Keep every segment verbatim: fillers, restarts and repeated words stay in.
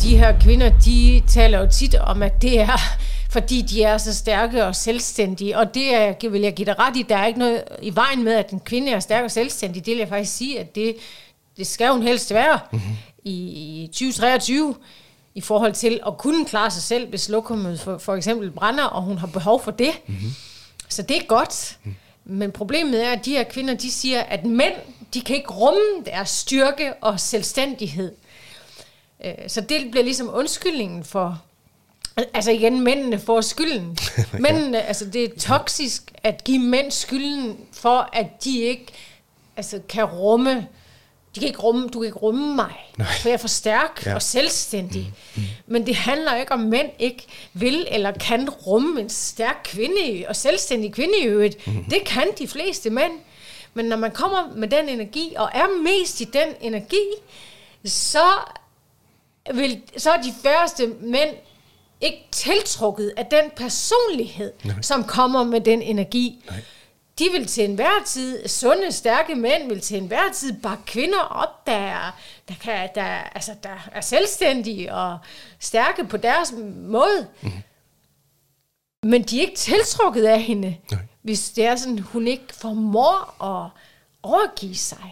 de her kvinder, de taler jo tit om, at det er, fordi de er så stærke og selvstændige, og det er, vil jeg give dig ret i, der er ikke noget i vejen med, at en kvinde er stærk og selvstændig. Det vil jeg faktisk sige, at det, det skal hun helst være mm-hmm. i, i tyve treogtyve, i forhold til at kunne klare sig selv, hvis lokummet for, for eksempel brænder, og hun har behov for det. Mm-hmm. Så det er godt. Mm. Men problemet er, at de her kvinder, de siger, at mænd, de kan ikke rumme deres styrke og selvstændighed. Så det bliver ligesom undskyldningen for, altså igen, mændene får skylden. ja. Mændene, altså det er toksisk at give mænd skylden for, at de ikke altså, kan rumme, de kan ikke rumme, du kan ikke rumme mig, Nej. for jeg er for stærk ja. og selvstændig. Mm. Mm. Men det handler ikke om, mænd ikke vil eller kan rumme en stærk kvinde og selvstændig kvinde i øvrigt. Mm. Det kan de fleste mænd. Men når man kommer med den energi, og er mest i den energi, så vil, så er de færreste mænd ikke tiltrukket af den personlighed, Nej. som kommer med den energi. Nej. De vil til enhver tid, sunde, stærke mænd vil til enhver tid bakke kvinder op, der er, der, kan, der, altså, der er selvstændige og stærke på deres måde. Mm-hmm. Men de er ikke tiltrukket af hende, Nej. hvis det er sådan, hun ikke formår at overgive sig.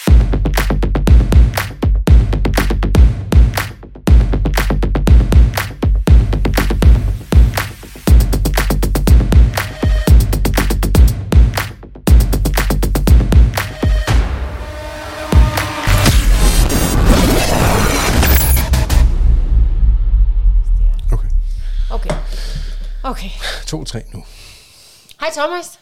Okay. To, tre nu. Hej Thomas.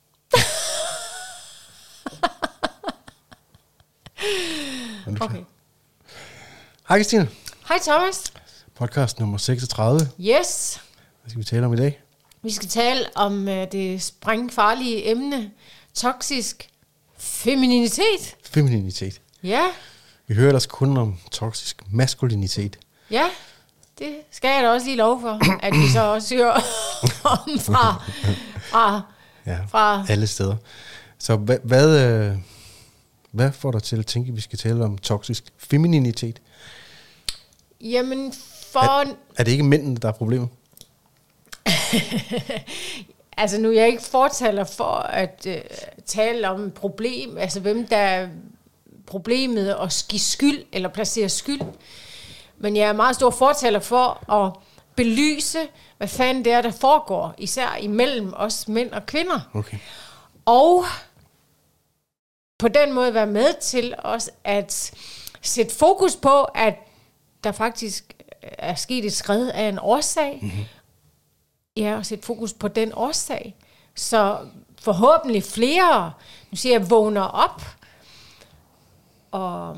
okay. Hej Christine. Hej Thomas. Podcast nummer seksogtredive. Yes. Hvad skal vi tale om i dag? Vi skal tale om uh, det sprængfarlige emne, toksisk femininitet. Femininitet. Ja. Vi hører ellers kun om toksisk maskulinitet. Ja. Det skal jeg da også lige love for, at vi så også hører om fra, fra, ja, fra alle steder. Så hvad, hvad, øh, hvad får dig til at tænke, at vi skal tale om toksisk femininitet? Jamen for... Er, er det ikke mændene, der er problemet? altså nu er jeg ikke fortaler for at øh, tale om problem, altså hvem der er problemet og give skyld eller placere skyld. Men jeg er meget stor fortaler for at belyse, hvad fanden det er, der foregår, især imellem os mænd og kvinder. Okay. Og på den måde være med til også at sætte fokus på, at der faktisk er sket et skred af en årsag. Mm-hmm. Ja, og sætte fokus på den årsag. Så forhåbentlig flere, nu siger jeg, vågner op og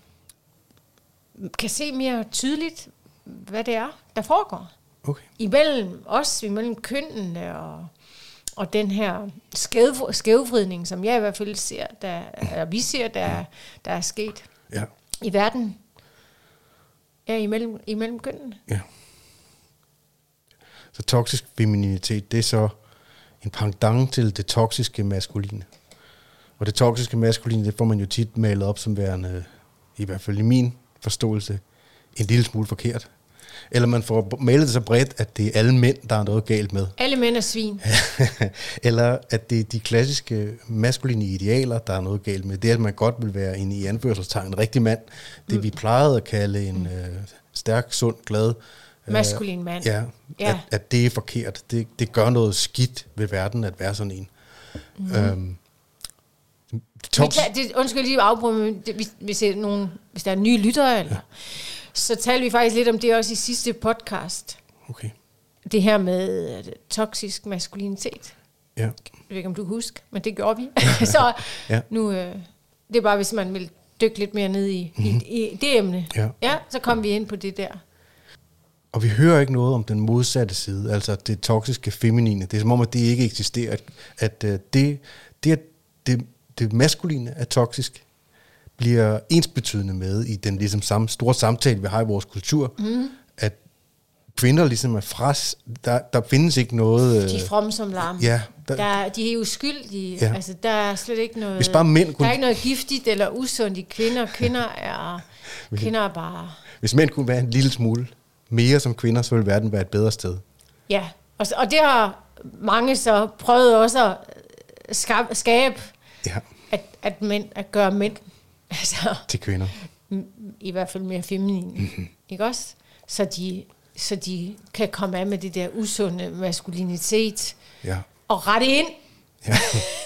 kan se mere tydeligt, hvad det er, der foregår. Okay. Imellem os, imellem kønnene og, og den her skæv, skævvridning, som jeg i hvert fald ser, der, eller vi ser, der, der er sket ja. i verden. Ja, imellem, imellem kønnene. Ja. Så toksisk femininitet, det er så en pendant til det toksiske maskuline. Og det toksiske maskuline, det får man jo tit malet op som værende, i hvert fald i min forståelse, en lille smule forkert. Eller man får malet det så bredt, at det er alle mænd, der er noget galt med. Alle mænd er svin. Eller at det er de klassiske maskuline idealer, der er noget galt med. Det er, at man godt vil være en i anførselstegn en rigtig mand. Det mm. vi plejede at kalde en øh, stærk, sund, glad maskulin mand. Ja, ja. At, at det er forkert. Det, det gør noget skidt ved verden, at være sådan en. Mm. Øhm, Tops. Det, undskyld lige afbryde, hvis, hvis, nogen, hvis der er nye lyttere, eller, ja. så taler vi faktisk lidt om det også i sidste podcast. Okay. Det her med toksisk maskulinitet. Ja. Jeg ved ikke, om du husker, men det gjorde vi. så ja. nu, øh, det er bare, hvis man vil dykke lidt mere ned i, mm-hmm. i, i det emne. Ja. ja, så kom vi ind på det der. Og vi hører ikke noget om den modsatte side, altså det toksiske feminine. Det er som om, at det ikke eksisterer. At, at det, det, det, det maskuline er toksisk, bliver ensbetydende med i den ligesom samme store samtale, vi har i vores kultur, mm. at kvinder ligesom er fras, der, der findes ikke noget... De er fromme som larm. Ja. Der, der, de er jo skyldige. Ja. Altså, der er slet ikke noget... Hvis bare mænd kunne... Der er ikke noget giftigt eller usundt i kvinder. Kvinder er, kvinder er bare... hvis mænd kunne være en lille smule mere som kvinder, så ville verden være et bedre sted. Ja, og, og det har mange så prøvet også at skabe, skabe ja. at, at, mænd, at gøre mænd altså, til kvinder. I hvert fald mere feminine, mm-hmm. ikke også? Så de, så de kan komme af med det der usunde maskulinitet ja. og rette ind. Ja.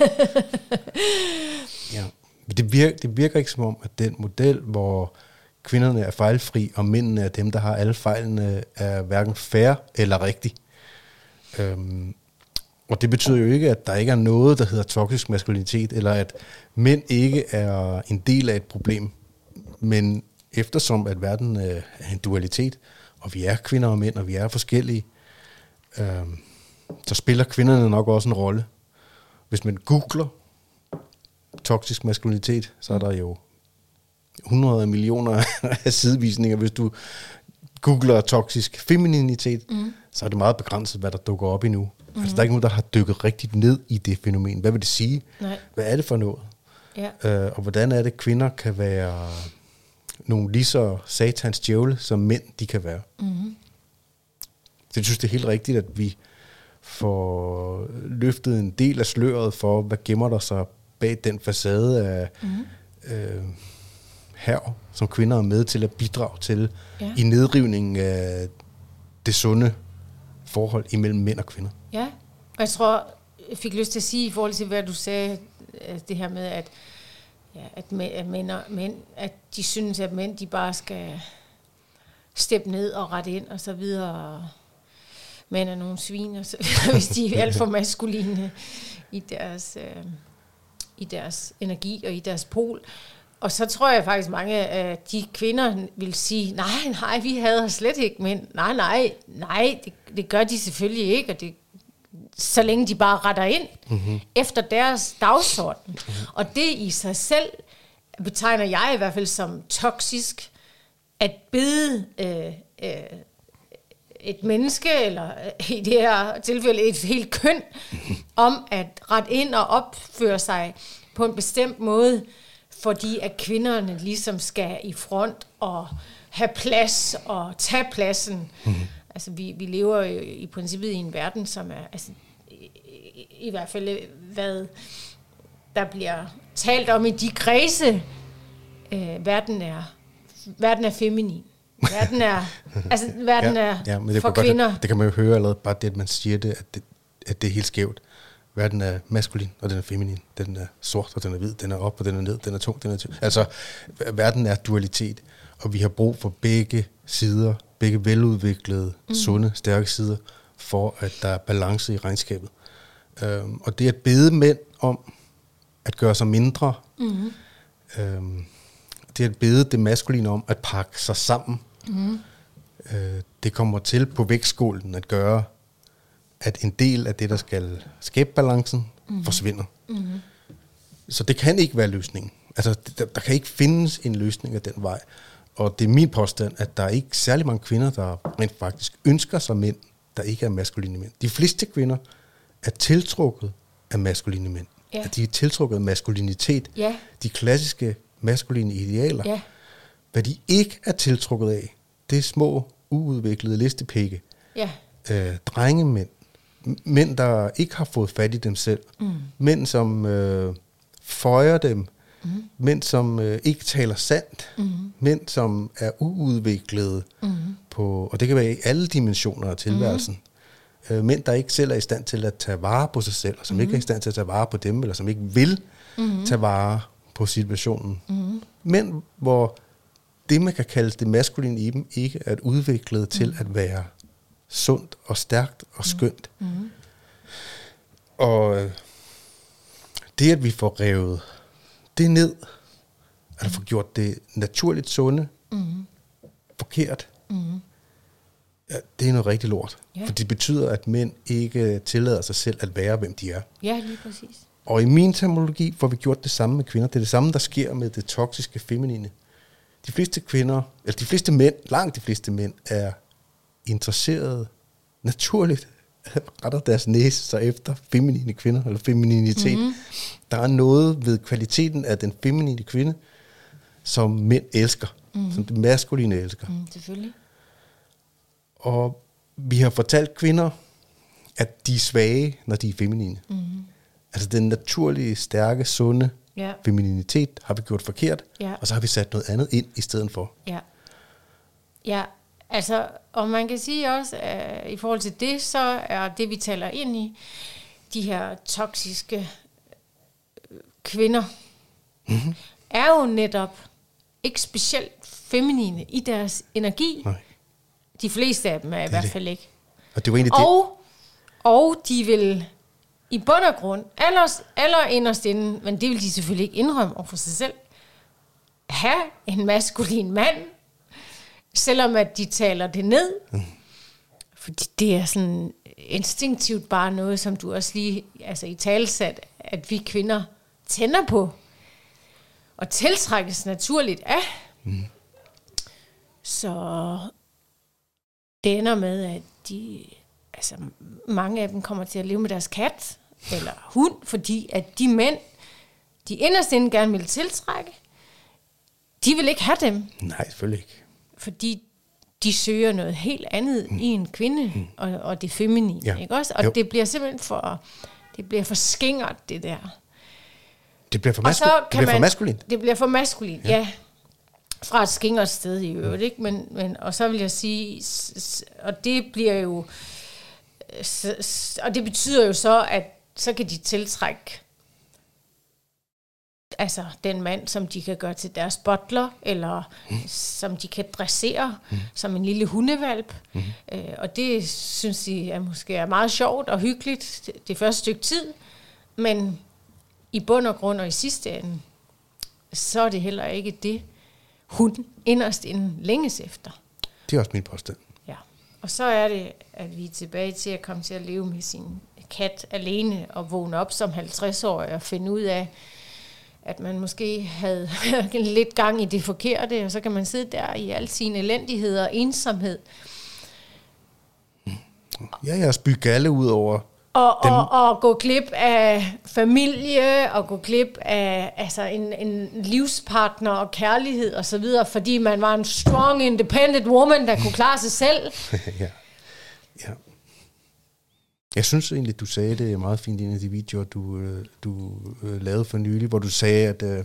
ja. Det, virker, det virker ikke som om, at den model, hvor kvinderne er fejlfri, og mændene er dem, der har alle fejlene, er hverken fair eller rigtig. Øhm, og det betyder jo ikke, at der ikke er noget, der hedder toksisk maskulinitet, eller at mænd ikke er en del af et problem. Men eftersom at verden er en dualitet, og vi er kvinder og mænd, og vi er forskellige, øhm, så spiller kvinderne nok også en rolle. Hvis man googler toksisk maskulinitet, så er der jo hundrede millioner af sidevisninger. Hvis du googler toksisk femininitet, mm. så er det meget begrænset, hvad der dukker op endnu. Mm. Altså, der er ikke nogen, der har dykket rigtigt ned i det fænomen. Hvad vil det sige? Nej. Hvad er det for noget? Ja. Øh, og hvordan er det, kvinder kan være nogle lige så satans djævle, som mænd de kan være? Mm. Så jeg synes, det er helt rigtigt, at vi får løftet en del af sløret for, hvad gemmer der sig bag den facade af mm. øh, her, som kvinder er med til at bidrage til ja. i nedrivningen af det sunde forhold imellem mænd og kvinder. Ja, og jeg tror, jeg fik lyst til at sige i forhold til, hvad du sagde, det her med, at, ja, at, mænd, at, mænd, mænd, at de synes, at mænd de bare skal steppe ned og rette ind og så videre, og mænd er nogle svin, og så, hvis de er alt for maskuline i deres, øh, i deres energi og i deres pol. Og så tror jeg faktisk, mange af de kvinder vil sige, nej, nej, vi hader slet ikke mænd. Nej, nej, nej, det, det gør de selvfølgelig ikke, og det, så længe de bare retter ind mm-hmm. efter deres dagsorden. Mm-hmm. Og det i sig selv betegner jeg i hvert fald som toksisk, at bede øh, øh, et menneske, eller i det her tilfælde et helt køn, om at rette ind og opføre sig på en bestemt måde, fordi at kvinderne ligesom skal i front og have plads og tage pladsen. Mm-hmm. Altså vi, vi lever jo i princippet i en verden, som er altså, i, i hvert fald, hvad der bliver talt om i de kredse. Øh, verden er verden er feminin. Verden er, altså, verden ja, er ja, men det for kvinder. Godt, det kan man jo høre allerede, bare det, at man siger det, at det, at det er helt skævt. Verden er maskulin, og den er feminin. Den er sort, og den er hvid. Den er op, og den er ned. Den er tung, den er tynd. Altså, verden er dualitet, og vi har brug for begge sider, begge veludviklede, mm. sunde, stærke sider, for at der er balance i regnskabet. Øhm, og det at bede mænd om at gøre sig mindre, mm. øhm, det at bede det maskuline om at pakke sig sammen, mm. øh, det kommer til på vægtskålen at gøre, at en del af det, der skal skabe balancen, mm. forsvinder. Mm. Så det kan ikke være løsningen. Altså, der, der kan ikke findes en løsning af den vej. Og det er min påstand, at der er ikke særlig mange kvinder, der rent faktisk ønsker sig mænd, der ikke er maskuline mænd. De fleste kvinder er tiltrukket af maskuline mænd. Ja. At de er tiltrukket af maskulinitet. Ja. De klassiske maskuline idealer. Ja. Hvad de ikke er tiltrukket af, det er små, uudviklede listepikke. Ja. Øh, drengemænd. Mænd, der ikke har fået fat i dem selv. Mm. Mænd, som øh, føjer dem. Mm. Mænd, som øh, ikke taler sandt. Mm. Mænd, som er uudviklede. Mm. På, og det kan være i alle dimensioner af tilværelsen. Mm. Øh, mænd, der ikke selv er i stand til at tage vare på sig selv, og som mm. ikke er i stand til at tage vare på dem, eller som ikke vil mm. tage vare på situationen. Mm. Mænd, hvor det, man kan kalde det maskuline i dem, ikke er udviklet mm. til at være sundt og stærkt og skønt. Mm. Og det, at vi får revet det ned, at mm. få gjort det naturligt sunde, mm. forkert, mm. ja, det er noget rigtig lort. Yeah. For det betyder, at mænd ikke tillader sig selv at være, hvem de er. Ja, lige præcis. Og i min terminologi får vi gjort det samme med kvinder. Det er det samme, der sker med det toksiske feminine. De fleste kvinder, eller de fleste mænd, langt de fleste mænd, er interesserede naturligt, retter deres næse sig efter feminine kvinder, eller femininitet. Mm-hmm. Der er noget ved kvaliteten af den feminine kvinde, som mænd elsker. mm-hmm. som det maskuline elsker. Mm, selvfølgelig. Og vi har fortalt kvinder, at de er svage, når de er feminine. Mm-hmm. Altså den naturlige, stærke, sunde ja. femininitet har vi gjort forkert, ja. og så har vi sat noget andet ind i stedet for. Ja, ja. Altså, og man kan sige også, at i forhold til det, så er det, vi taler ind i, de her toksiske kvinder, mm-hmm. er jo netop ikke specielt feminine i deres energi. Nej. De fleste af dem er i det hvert det. fald ikke. Og, det var egentlig og, og de vil i bund og grund, aller, aller inderst inden, men det vil de selvfølgelig ikke indrømme over for sig selv, have en maskulin mand, selvom at de taler det ned. Mm. Fordi det er sådan instinktivt bare noget, som du også lige, altså i talesat, at vi kvinder tænder på, og tiltrækkes naturligt af. Mm. Så det ender med, at de, altså mange af dem kommer til at leve med deres kat, eller hund, fordi at de mænd, de inderst inde gerne vil tiltrække, de vil ikke have dem. Nej, selvfølgelig ikke. Fordi de søger noget helt andet mm. i en kvinde, mm. og, og det feminine, ja. Ikke også? Og jo. det bliver simpelthen for, det bliver for skingert, det der. Det bliver for, masku- det bliver man, for maskulint. Det bliver for maskulint, ja. ja. Fra et skingert sted i øvrigt, ikke? Men, men, og så vil jeg sige, og det bliver jo, og det betyder jo så, at så kan de tiltrække altså den mand, som de kan gøre til deres butler, eller mm. som de kan dressere mm. som en lille hundevalp. Mm. Øh, og det synes de er måske er meget sjovt og hyggeligt det, det første stykke tid, men i bund og grund og i sidste ende, så er det heller ikke det, hun inderst inden længes efter. Det er også min påstand. Ja, og så er det, at vi er tilbage til at komme til at leve med sin kat alene og vågne op som halvtreds-årig og finde ud af, at man måske havde lidt gang i det forkerte, og så kan man sidde der i al sin elendighed og ensomhed. Ja, jeg spyr alle ud over og, og, og gå glip af familie, og gå glip af altså en, en livspartner og kærlighed og så videre, fordi man var en strong, independent woman, der kunne klare sig selv. ja. ja. Jeg synes egentlig, du sagde det meget fint i en af de videoer, du, du øh, lavede for nylig, hvor du sagde, at øh,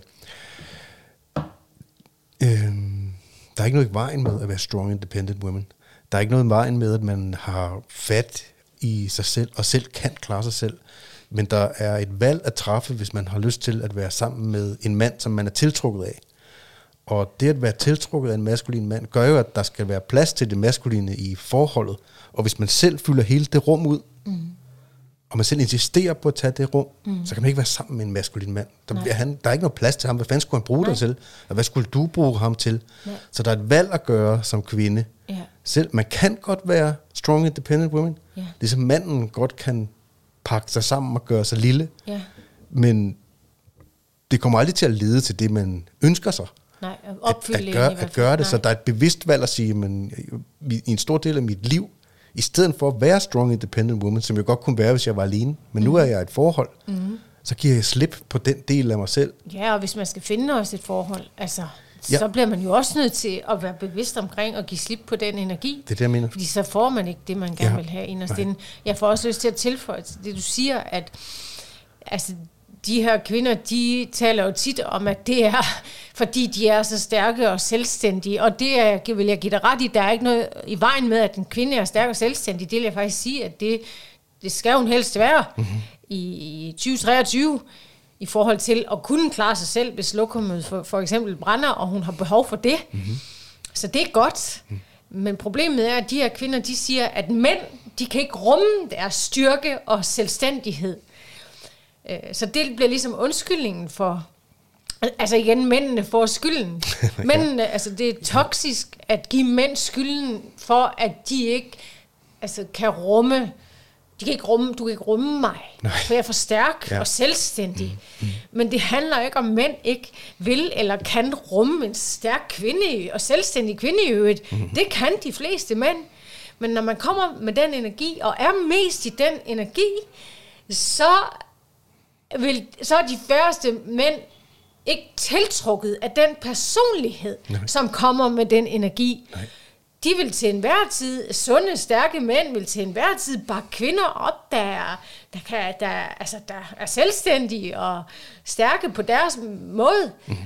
øh, der er ikke noget i vejen med at være strong, independent woman. Der er ikke noget i vejen med, at man har fat i sig selv, og selv kan klare sig selv. Men der er et valg at træffe, hvis man har lyst til at være sammen med en mand, som man er tiltrukket af. Og det at være tiltrukket af en maskulin mand, gør jo, at der skal være plads til det maskuline i forholdet. Og hvis man selv fylder hele det rum ud, mm. og man selv insisterer på at tage det rum, mm. så kan man ikke være sammen med en maskulin mand. Der, han, der er ikke noget plads til ham. Hvad fanden skulle han bruge Nej. dig til? Og hvad skulle du bruge ham til? Nej. Så der er et valg at gøre som kvinde. Ja. Selv, man kan godt være strong, independent woman. Ja. Ligesom manden godt kan pakke sig sammen og gøre sig lille. Ja. Men det kommer aldrig til at lede til det, man ønsker sig. Nej, at, at, at, gøre, at gøre det. Nej. Så der er et bevidst valg at sige, men i en stor del af mit liv, i stedet for at være strong, independent woman, som jeg godt kunne være, hvis jeg var alene, men mm. nu er jeg i et forhold, mm. så giver jeg slip på den del af mig selv. Ja, og hvis man skal finde også et forhold, altså, ja. så bliver man jo også nødt til at være bevidst omkring og give slip på den energi. Det er det, jeg mener. Fordi så får man ikke det, man gerne ja. vil have inderst inde. Jeg får også lyst til at tilføje til det, du siger, at altså, de her kvinder, de taler jo tit om, at det er, fordi de er så stærke og selvstændige, og det er, vil jeg give dig ret i, der er ikke noget i vejen med, at en kvinde er stærk og selvstændig. Det vil jeg faktisk sige, at det, det skal hun helst være mm-hmm. i tyve treogtyve, i forhold til at kunne klare sig selv, hvis lokummet for, for eksempel brænder, og hun har behov for det. Mm-hmm. Så det er godt. Mm. Men problemet er, at de her kvinder, de siger, at mænd, de kan ikke rumme deres styrke og selvstændighed. Så det bliver ligesom undskyldningen for, altså igen, mændene får skylden. Mændene, altså det er toksisk at give mænd skylden for, at de ikke altså, kan rumme, de kan ikke rumme, du kan ikke rumme mig, Nej. for jeg er for stærk ja. og selvstændig. Mm. Mm. Men det handler ikke om, mænd ikke vil eller kan rumme en stærk kvinde og selvstændig kvinde i øvrigt. Mm. Det kan de fleste mænd. Men når man kommer med den energi, og er mest i den energi, så vil, så er de færreste mænd ikke tiltrukket af den personlighed, Nej. som kommer med den energi. Nej. De vil til enhver tid, sunde, stærke mænd vil til enhver tid bakke kvinder op, der er, der, kan, der, altså, der er selvstændige og stærke på deres måde. Mm.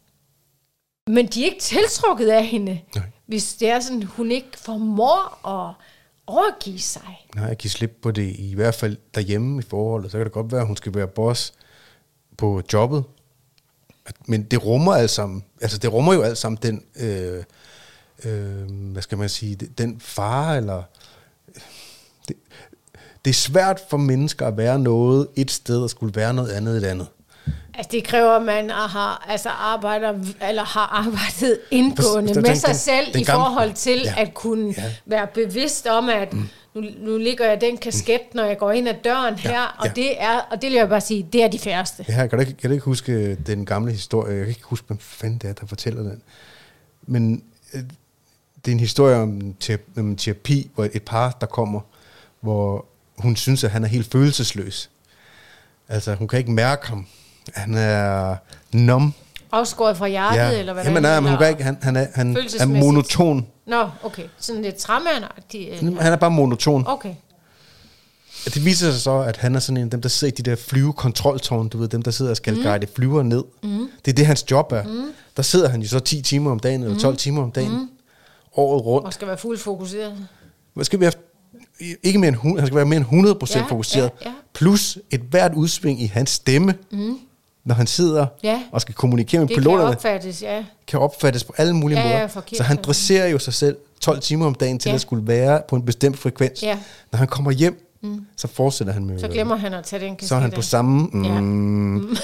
Men de er ikke tiltrukket af hende, Nej. hvis det er sådan, hun ikke formår at overgive sig. Nej, jeg kan slippe på det, i hvert fald derhjemme i forholdet. Så kan det godt være, at hun skal være boss på jobbet. Men det rummer alt sammen, altså det rummer jo alt sammen den... Øh, Øh, hvad skal man sige, den fare, eller det, det er svært for mennesker at være noget et sted, og skulle være noget andet et andet. Altså det kræver, at man har, altså arbejder, eller har arbejdet indgående med sig selv i forhold til ja, at kunne ja. være bevidst om, at mm. nu, nu ligger jeg den kasket, mm. når jeg går ind ad døren ja, her, og ja. det er, og det vil jeg bare sige, det er de færreste. Ja, kan du ikke, kan du ikke huske den gamle historie? Jeg kan ikke huske, hvem fanden det er, der fortæller den. Men det er en historie om en terapi, hvor et par, der kommer, hvor hun synes, at han er helt følelsesløs. Altså, hun kan ikke mærke ham. Han er numb. Afskåret fra hjertet, ja. eller hvad? Jamen, nej, men hun kan ikke. Han, han, er, han er monoton. Nå, okay. Sådan lidt træmandagtig. Han er bare monoton. Okay. Det viser sig så, at han er sådan en af dem, der sidder i de der flyvekontroltårn, du ved, dem, der sidder og skal mm. guide flyver ned. Mm. Det er det, hans job er. Mm. Der sidder han jo så ti timer om dagen, eller tolv mm. timer om dagen. Mm. Året rundt. Og skal være fuldt fokuseret. Skal være, ikke mere end, han skal være mere end hundrede procent ja, fokuseret. Ja, ja. Plus et hvert udsving i hans stemme, mm. når han sidder ja. og skal kommunikere med det piloterne. Det kan opfattes, ja. Kan opfattes på alle mulige ja, måder. Ja, forkert, så han dresserer jo sig selv tolv timer om dagen til ja. at skulle være på en bestemt frekvens. Ja. Når han kommer hjem, mm. så fortsætter han med... Så glemmer han at tage den kasket. Så er han på samme... Mm, ja. Mm.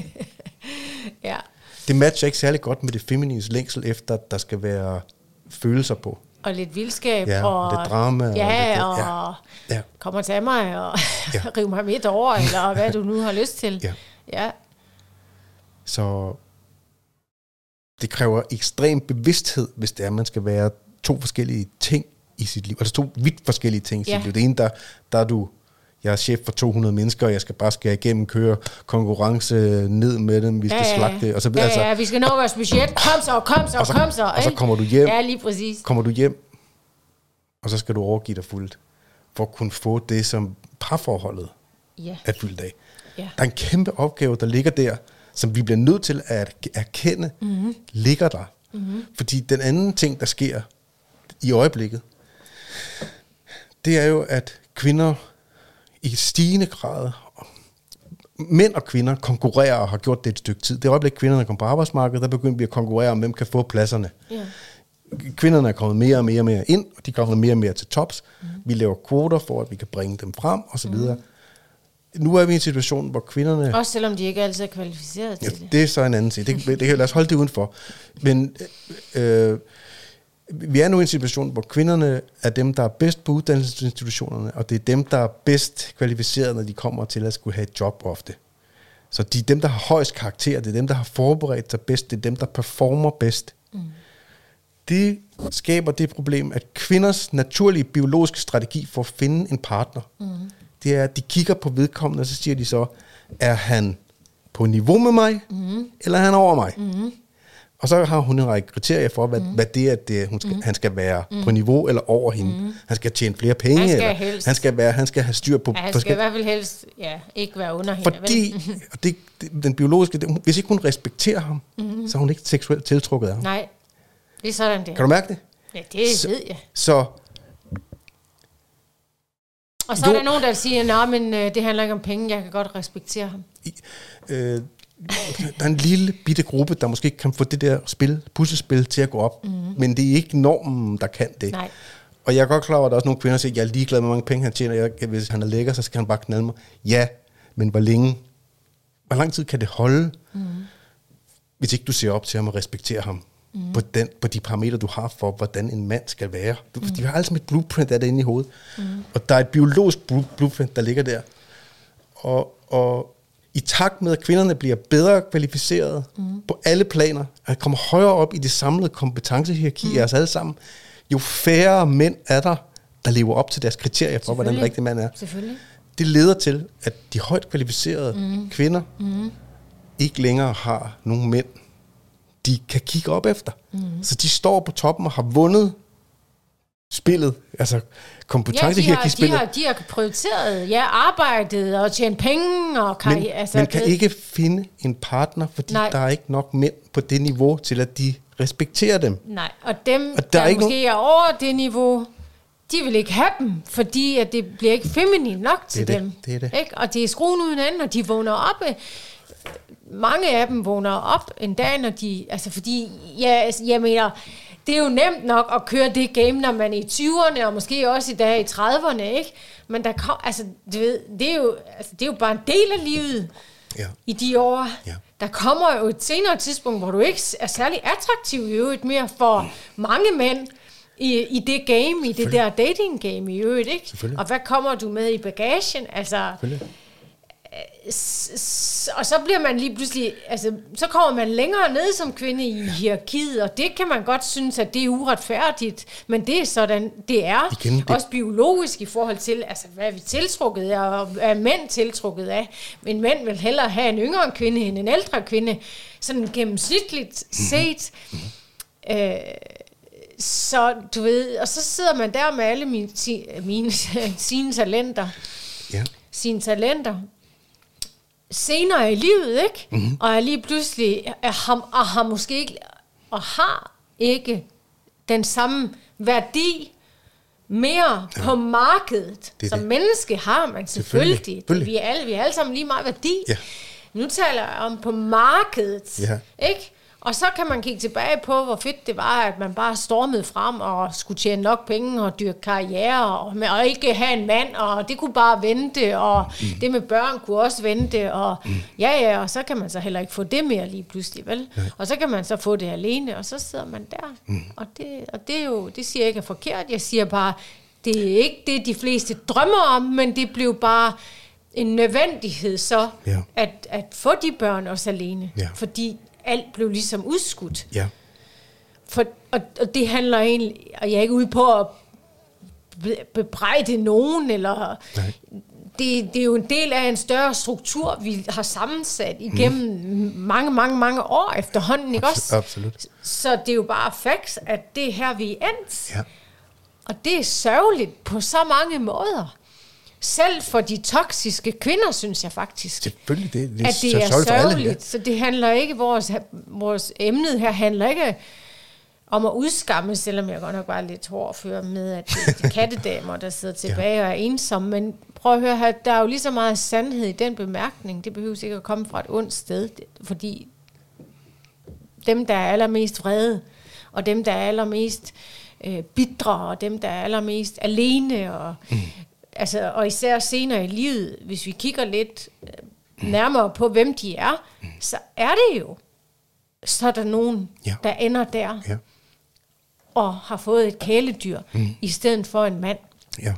ja. Det matcher ikke særlig godt med det feminines længsel efter, at der skal være følelser på. Og lidt vildskab. Ja, og det drama. Ja, og, det, og og ja. kommer til mig og ja. rive mig midt over, eller hvad du nu har lyst til. Ja. ja. Så det kræver ekstrem bevidsthed, hvis det er, at man skal være to forskellige ting i sit liv. Altså to vidt forskellige ting i ja. sit liv. Det ene, der, der er du... Jeg er chef for to hundrede mennesker, og jeg skal bare skære igennem, køre konkurrence ned med dem, vi skal ja, ja. slagte, og så ja, altså, ja, vi skal nå vores budget, kom så, kom så, og så kom så. Og så kommer du hjem, ja, lige præcis. kommer du hjem, og så skal du overgive dig fuldt, for at kunne få det, som parforholdet ja. er fyldt af. Ja. Der er en kæmpe opgave, der ligger der, som vi bliver nødt til at erkende, mm-hmm. ligger der. Mm-hmm. Fordi den anden ting, der sker i øjeblikket, det er jo, at kvinder i stigende grad, mænd og kvinder konkurrerer og har gjort det et stykke tid. Det er øjeblik, kvinderne kommer på arbejdsmarkedet, der begynder vi at konkurrere om, hvem kan få pladserne. Yeah. Kvinderne er kommet mere og mere og mere ind, og de kommer mere og mere til tops. Mm. Vi laver kvoter for, at vi kan bringe dem frem, og så videre. Mm. Nu er vi i en situation, hvor kvinderne... Også selvom de ikke altid er kvalificeret til ja, det. Det er så en anden ting. Det, det, det kan lad os holde det udenfor. Men... Øh, vi er nu i en situation, hvor kvinderne er dem, der er bedst på uddannelsesinstitutionerne, og det er dem, der er bedst kvalificeret, når de kommer til at skulle have et job ofte. Så de er dem, der har højst karakter, det er dem, der har forberedt sig bedst, det er dem, der performer bedst. Mm. Det skaber det problem, at kvinders naturlige biologiske strategi for at finde en partner, mm. det er, at de kigger på vedkommende, og så siger de så, er han på niveau med mig, mm. eller er han over mig? Mm. Og så har hun en række kriterier for, hvad, mm. hvad det er, det, hun skal, mm. han skal være mm. på niveau eller over hende. Mm. Han skal tjene flere penge, han skal, eller helst. han skal være, han skal have styr på... Ja, han skal i hvert fald helst ja, ikke være under hende. Fordi og det, det, den biologiske... Det, hvis ikke hun respekterer ham, mm. så er hun ikke seksuelt tiltrukket af ham. Nej, det er sådan det. Kan du mærke det? Ja, det så, ved jeg. Så... Og så jo, er der nogen, der siger, nej, men øh, det handler ikke om penge, jeg kan godt respektere ham. I, øh, der er en lille bitte gruppe, der måske kan få det der spil, puslespil til at gå op, mm. men det er ikke normen, der kan det. Nej. Og jeg er godt klar over, at der er også nogle kvinder, der siger, jeg er ligeglad med, hvor mange penge han tjener. Jeg, hvis han er lækker, så skal han bare knalde mig. Ja, men hvor længe? Hvor lang tid kan det holde, mm. hvis ikke du ser op til ham og respekterer ham mm. på, den, på de parametre, du har for, hvordan en mand skal være. Du, mm. De har altså et blueprint af det inde i hovedet. Mm. Og der er et biologisk blueprint, der ligger der. Og... og i takt med, at kvinderne bliver bedre kvalificeret mm. på alle planer, at kommer højere op i det samlede kompetencehierarki mm. af os alle sammen, jo færre mænd er der, der lever op til deres kriterier for, hvordan den rigtige mand er. Det leder til, at de højt kvalificerede mm. kvinder, mm. ikke længere har nogen mænd, de kan kigge op efter. Mm. Så de står på toppen og har vundet spillet, altså kompetencehierarkispillet. Ja, de har, de har, de har prioriteret ja, arbejdet og tjent penge og karriere. Men, altså, men kan det, ikke finde en partner, fordi nej. Der er ikke nok mænd på det niveau, til at de respekterer dem. Nej, og dem, og der, der der er måske nogen... er over det niveau, de vil ikke have dem, fordi at det bliver ikke feminin nok til det dem. Det, det er det. Ikke? Og det er skruen uden anden, og de vågner op. Mange af dem vågner op en dag, når de... Altså fordi, ja, jeg mener... Det er jo nemt nok at køre det game, når man er i tyverne, og måske også i dag i trediverne, ikke? Men der kom, altså, du ved, det er jo, altså, det er jo bare en del af livet ja. I de år. Ja. Der kommer jo et senere tidspunkt, hvor du ikke er særlig attraktiv i øvrigt mere for mm. mange mænd i, i det game, i det der dating game i øvrigt, ikke? Og hvad kommer du med i bagagen? Altså... Og så bliver man lige pludselig, altså, så kommer man længere ned som kvinde i hierarkiet, og det kan man godt synes, at det er uretfærdigt, men det er sådan, det er igen, det... også biologisk i forhold til, altså, hvad er vi tiltrukket af, og er mænd tiltrukket af, men mænd vil hellere have en yngre kvinde end en ældre kvinde, sådan gennemsnitligt set. Mm-hmm. Øh, så du ved, og så sidder man der med alle mine, mine sine talenter, ja. sine talenter, senere i livet, ikke? Mm-hmm. Og er lige pludselig er ham, og har måske ikke og har ikke den samme værdi mere ja. På markedet. Det som det. Menneske har man selvfølgelig. selvfølgelig. selvfølgelig. Vi er alle vi er alle sammen lige meget værdi. Ja. Nu taler jeg om på markedet, ja. Ikke? Og så kan man kigge tilbage på, hvor fedt det var, at man bare stormede frem og skulle tjene nok penge og dyrke karriere, og, og ikke have en mand, og det kunne bare vente, og mm. det med børn kunne også vente, og mm. ja, ja, og så kan man så heller ikke få det mere lige pludselig, vel? Nej. Og så kan man så få det alene, og så sidder man der. Mm. Og, det, og det er jo, det siger jeg ikke er forkert, jeg siger bare, det er ikke det, de fleste drømmer om, men det blev bare en nødvendighed så, ja. at, at få de børn også alene, ja. Fordi alt blev ligesom udskudt. Ja. For, og, og det handler egentlig, og jeg er ikke ude på at bebrejde nogen, eller det, det er jo en del af en større struktur, vi har sammensat igennem mm. mange, mange, mange år efterhånden, ikke også? Absolut. Så det er jo bare facts, at det er her, vi er endt. Ja. Og det er sørgeligt på så mange måder. Selv for de toksiske kvinder, synes jeg faktisk, selvfølgelig, det, det at det er sørgeligt. Alle, ja. Så det handler ikke, vores, vores emnet her handler ikke om at udskamme, selvom jeg godt nok bare lidt hård før med, at det er de kattedamer, der sidder tilbage ja. Og er ensomme. Men prøv at høre her, der er jo lige så meget sandhed i den bemærkning. Det behøver ikke at komme fra et ondt sted, fordi dem, der er allermest vrede, og dem, der er allermest øh, bitre, og dem, der er allermest alene, og... Mm. Altså, og især senere i livet, hvis vi kigger lidt nærmere på, hvem de er, så er det jo, så er der nogen, ja. Der ender der, ja. Og har fået et kæledyr, mm. i stedet for en mand. Ja.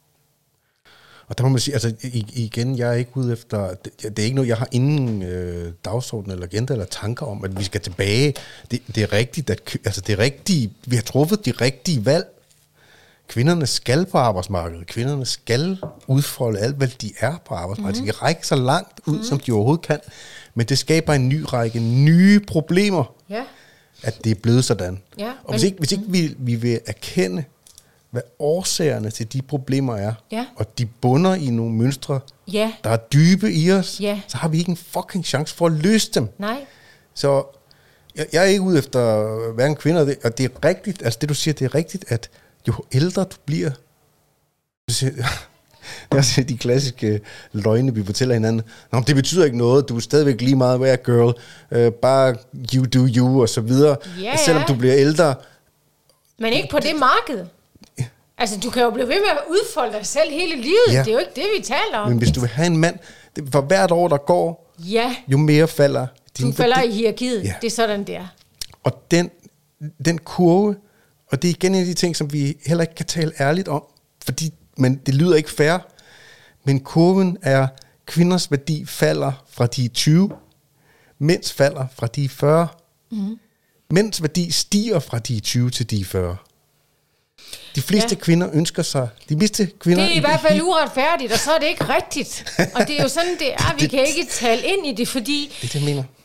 Og der må man sige, altså igen, jeg er ikke ude efter, det, det er ikke noget, jeg har ingen øh, dagsorden eller agenda eller tanker om, at vi skal tilbage. Det, det er rigtigt, at altså det er rigtigt, vi har truffet de rigtige valg. Kvinderne skal på arbejdsmarkedet. Kvinderne skal udfolde alt, hvad de er på arbejdsmarkedet. Mm. De kan række så langt ud, mm. som de overhovedet kan. Men det skaber en ny række nye problemer, ja. At det er blevet sådan. Ja, og hvis ikke, hvis ikke vi, vi vil erkende, hvad årsagerne til de problemer er, ja. Og de bunder i nogle mønstre, ja. Der er dybe i os, ja. Så har vi ikke en fucking chance for at løse dem. Nej. Så jeg, jeg er ikke ude efter hverken kvinder, og det er rigtigt, altså det du siger, det er rigtigt, at jo ældre du bliver, det er de klassiske løgne, vi fortæller hinanden. Nå, det betyder ikke noget, du er stadigvæk lige meget værd, girl. Uh, bare you do you, og så videre. Ja, selvom ja. Du bliver ældre. Men ikke på det marked. Ja. Altså, du kan jo blive ved med at udfolde dig selv hele livet. Ja. Det er jo ikke det, vi taler om. Men hvis du vil have en mand, det, for hvert år, der går, ja. Jo mere falder. Du falder i hierarkiet. Ja. Det er sådan, det er. Og den, den kurve, og det er igen en af de ting, som vi heller ikke kan tale ærligt om, fordi men det lyder ikke fair, men kurven er, kvinders værdi falder fra de tyve, mænds falder fra de fyrre, mm. mænds værdi stiger fra de tyve til de fyrre. De fleste ja. Kvinder ønsker sig, de miste kvinder... Det er i, i hvert fald uretfærdigt, og så er det ikke rigtigt. Og det er jo sådan, det er. Vi det, kan ikke tale ind i det, fordi... Det, det mener.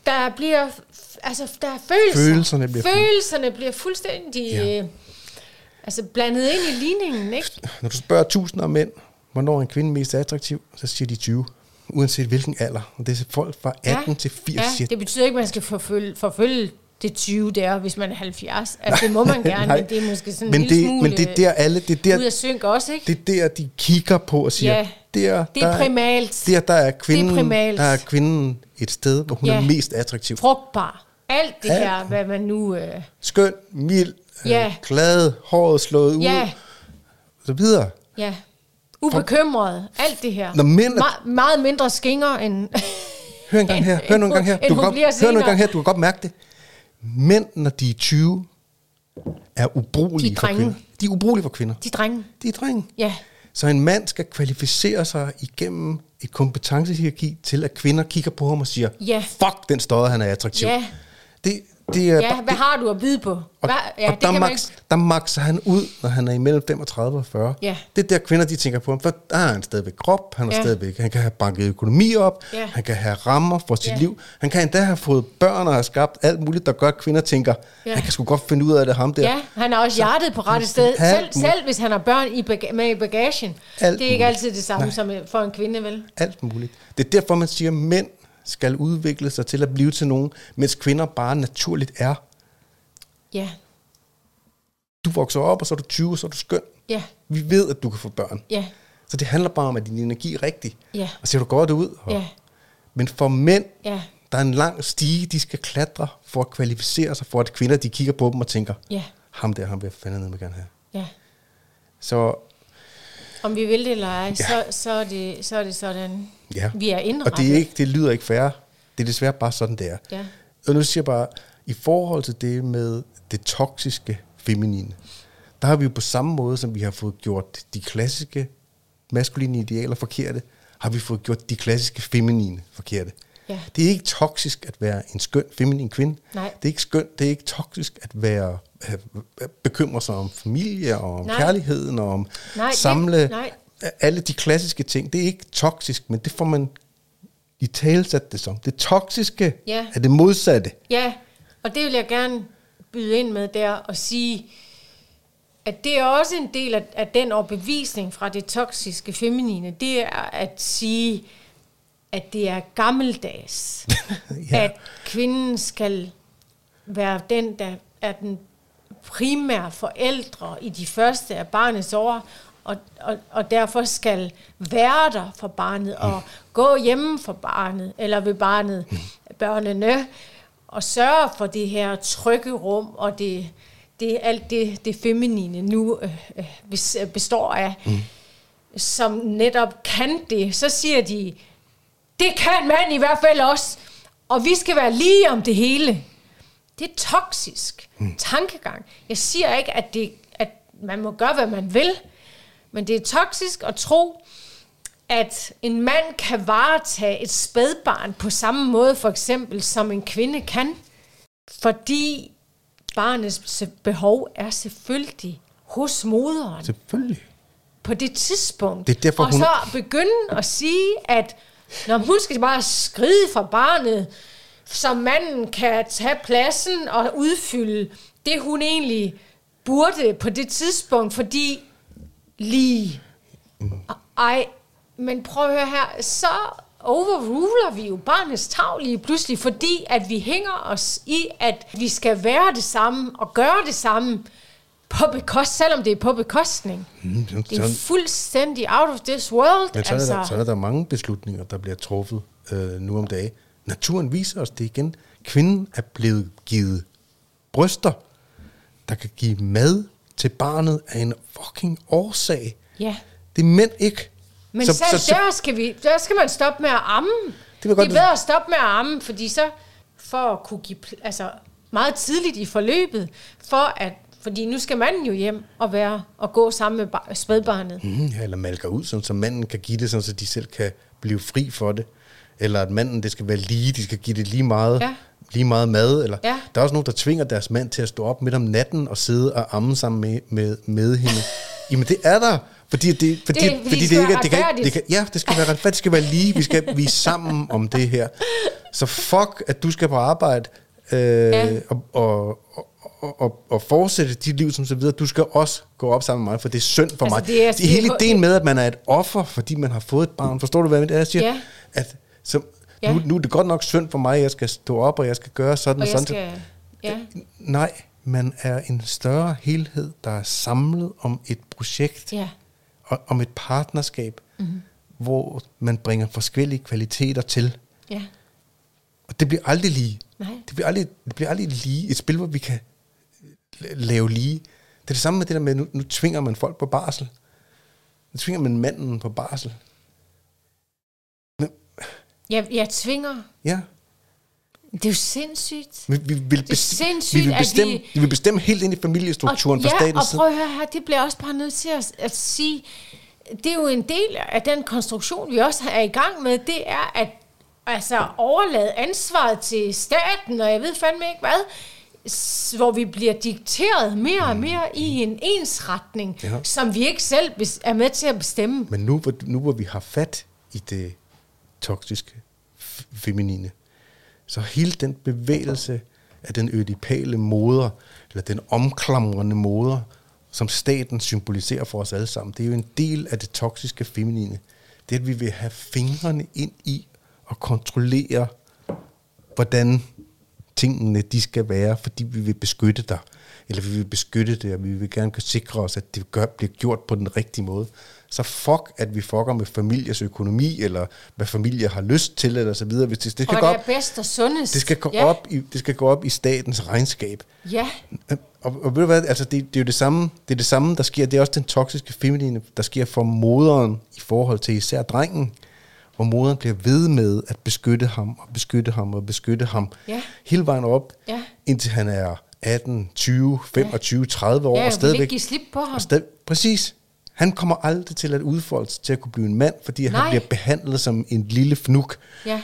der bliver, altså der er følelser. Følelserne bliver, Følelserne bliver fuldstændig ja. øh, altså blandet ind i ligningen, ikke? Når du spørger tusinder af mænd, hvornår er en kvinde mest attraktiv, så siger de tyve. Uanset hvilken alder. Og det er folk fra atten ja. til firs. Ja, det betyder ikke, at man skal forfølge, forfølge det tyve der, hvis man er halvfjerds. Altså, det må man gerne, nej, men det er måske sådan men en lille det, smule men det er der alle, det er der, ud af synk også, ikke? Det er der, de kigger på og siger, ja, der, det er der, primalt. Der, der, er kvinden, er der er kvinden et sted, hvor hun ja. er mest attraktiv. Frugtbar. Alt det Alt. her, hvad man nu... Øh... Skøn, mild, ja. øh, glad, håret slået ja. ud, så videre. Ja. Ubekymret. Alt det her. Når mænd er... Me- meget mindre skinger end... Hør en gang her. Hør en gang her. Du kan godt, hør en gang her. Du kan godt mærke det. Mænd, når de er tyve, er ubrugelige for kvinder. De er ubrugelige for kvinder. De er drenge. De er drenge. Ja. Så en mand skal kvalificere sig igennem et kompetencehierarki til, at kvinder kigger på ham og siger, ja. fuck, den stodder, han er attraktiv. Ja. Det, det er ja, bare, hvad har du at byde på? Hvad, og ja, og det der, kan max, ikke... der makser han ud, når han er imellem femogtredive og fyrre. Ja. Det er der kvinder, de tænker på ham, for der er han stadigvæk krop, han, er ja. stadigvæk, han kan have banket økonomi op, ja. han kan have rammer for sit ja. liv, han kan endda have fået børn og have skabt alt muligt, der gør, at kvinder tænker, ja. han kan sgu godt finde ud af det, ham der. Ja, han har også Så, hjertet på rette sted, selv, selv hvis han har børn i bag- med i bagagen. Alt det er ikke muligt. Altid det samme Nej. som for en kvinde, vel? Alt muligt. Det er derfor, man siger, at mænd skal udvikle sig til at blive til nogen, mens kvinder bare naturligt er. Ja. Du vokser op, og så er du tyve, og så er du skøn. Ja. Vi ved, at du kan få børn. Ja. Så det handler bare om, at din energi er rigtig. Ja. Og ser du godt ud. Og ja. Men for mænd, ja. der er en lang stige, de skal klatre for at kvalificere sig, for at kvinder, de kigger på dem og tænker, ja. ham der, ham vil jeg fandme ned med gerne have. Ja. Så... Om vi vil det eller ej, ja. så, så, er det, så er det sådan, ja. vi er indrettet. Og det, er ikke, det lyder ikke fair. Det er desværre bare sådan, det er. Ja. Og nu siger jeg bare, i forhold til det med det toksiske feminine, der har vi jo på samme måde, som vi har fået gjort de klassiske maskuline idealer forkerte, har vi fået gjort de klassiske feminine forkerte. Ja. Det er ikke toksisk at være en skøn feminin kvinde. Nej. Det er ikke skønt, det er ikke toksisk at være bekymre sig om familie og om nej. kærligheden og om nej, samle det, nej. alle de klassiske ting. Det er ikke toksisk, men det får man i talsat det som. Det toksiske ja. er det modsatte. Ja, og det vil jeg gerne byde ind med der og sige, at det er også en del af, af den overbevisning fra det toksiske feminine, det er at sige, at det er gammeldags, ja. At kvinden skal være den, der er den primære forældre i de første af barnets år, og, og, og derfor skal være der for barnet, og mm. gå hjemme for barnet, eller ved barnet, mm. børnene, og sørge for det her trygge rum, og det, det alt det, det feminine nu øh, består af, mm. som netop kan det. Så siger de, det kan mand i hvert fald også, og vi skal være lige om det hele. Det er toksisk mm. tankegang. Jeg siger ikke, at, det, at man må gøre, hvad man vil, men det er toksisk at tro, at en mand kan varetage et spædbarn på samme måde, for eksempel, som en kvinde kan. Fordi barnets behov er selvfølgelig hos moderen. Selvfølgelig. På det tidspunkt. Det er derfor, og hun... så begynde at sige, at når hun skal bare skride fra barnet, så manden kan tage pladsen og udfylde det, hun egentlig burde på det tidspunkt, fordi lige... Mm. Ej, men prøv at høre her, så overruler vi jo barnets tarv lige pludselig, fordi at vi hænger os i, at vi skal være det samme og gøre det samme på bekost, selvom det er på bekostning. Mm, så, det er fuldstændig out of this world. Men så, altså. er der, så er der mange beslutninger, der bliver truffet øh, nu om dagen. Naturen viser os det igen. Kvinden er blevet givet bryster, der kan give mad til barnet af en fucking årsag. Ja. Det er mænd ikke. Men så, så, så, så der, skal vi, der skal man stoppe med at amme. Det, det er bedre at stoppe med at amme, fordi så for at kunne give, altså meget tidligt i forløbet, for at, fordi nu skal manden jo hjem og være og gå sammen med bar, spædbarnet. Mm, ja, eller malker ud, sådan, så manden kan give det, sådan, så de selv kan blive fri for det. Eller at manden, det skal være lige, de skal give det lige meget, ja. lige meget mad. Eller, ja. Der er også nogen, der tvinger deres mand til at stå op midt om natten og sidde og amme sammen med, med, med hende. Jamen det er der. Fordi det, fordi, det, fordi, fordi det, det ikke, er det kan, det kan, ja, det skal være retfærdigt, det skal være lige, vi skal vi er sammen om det her. Så fuck, at du skal på arbejde øh, ja. og, og, og, og, og fortsætte dit liv som så videre. Du skal også gå op sammen med mig, for det er synd for altså, mig. Det er, det er hele ideen med, at man er et offer, fordi man har fået et barn. Forstår du, hvad det er, jeg siger? Ja. At, så, ja. nu, nu er det godt nok synd for mig, at jeg skal stå op, og jeg skal gøre sådan og, og sådan. Skal, ja. Nej, man er en større helhed, der er samlet om et projekt, ja. og om et partnerskab, mm-hmm. hvor man bringer forskellige kvaliteter til. Ja. Og det bliver aldrig lige. Nej. Det bliver aldrig, det bliver aldrig lige. Et spil, hvor vi kan lave lige. Det er det samme med det der med, nu, nu tvinger man folk på barsel. Nu tvinger man manden på barsel. Men, jeg, jeg tvinger. Ja. Det er jo sindssygt. Vi, vi, vil, det er sindssygt, vi, vil bestemme, at vi... vi vil bestemme helt ind i familiestrukturen fra ja, statens side. Ja, og prøv at høre her, det bliver også bare nødt til at, at sige, det er jo en del af den konstruktion, vi også er i gang med, det er at altså, overlade ansvaret til staten, og jeg ved fandme ikke hvad, hvor vi bliver dikteret mere og mere i en ensretning, ja. Som vi ikke selv er med til at bestemme. Men nu, nu hvor vi har fat i det toksiske feminine, så hele den bevægelse af den ødipale moder, eller den omklamrende moder, som staten symboliserer for os alle sammen, det er jo en del af det toksiske feminine. Det er, at vi vil have fingrene ind i og kontrollere, hvordan tingene de skal være, fordi vi vil beskytte dig, eller vi vil beskytte det, og vi vil gerne kunne sikre os, at det gør, bliver gjort på den rigtige måde. Så fuck, at vi fucker med familiers økonomi, eller hvad familier har lyst til, eller så videre. Hvis det, det skal og gå det op, er bedst og sundest. Det skal gå, ja. op, i, det skal gå op i statens regnskab. Ja. Og, og ved du hvad, altså det, det er jo det samme, det er det samme, der sker. Det er også den toksiske feminine, der sker for moderen i forhold til især drengen, hvor moderen bliver ved med at beskytte ham, og beskytte ham, og beskytte ham, ja. Hele vejen op, ja. Indtil han er atten, tyve, femogtyve, tredive år, ja, og stadigvæk... Ja, ikke give slip på ham. Sted, præcis. Han kommer aldrig til at udfolde til at kunne blive en mand, fordi Nej. Han bliver behandlet som en lille fnuk. Ja.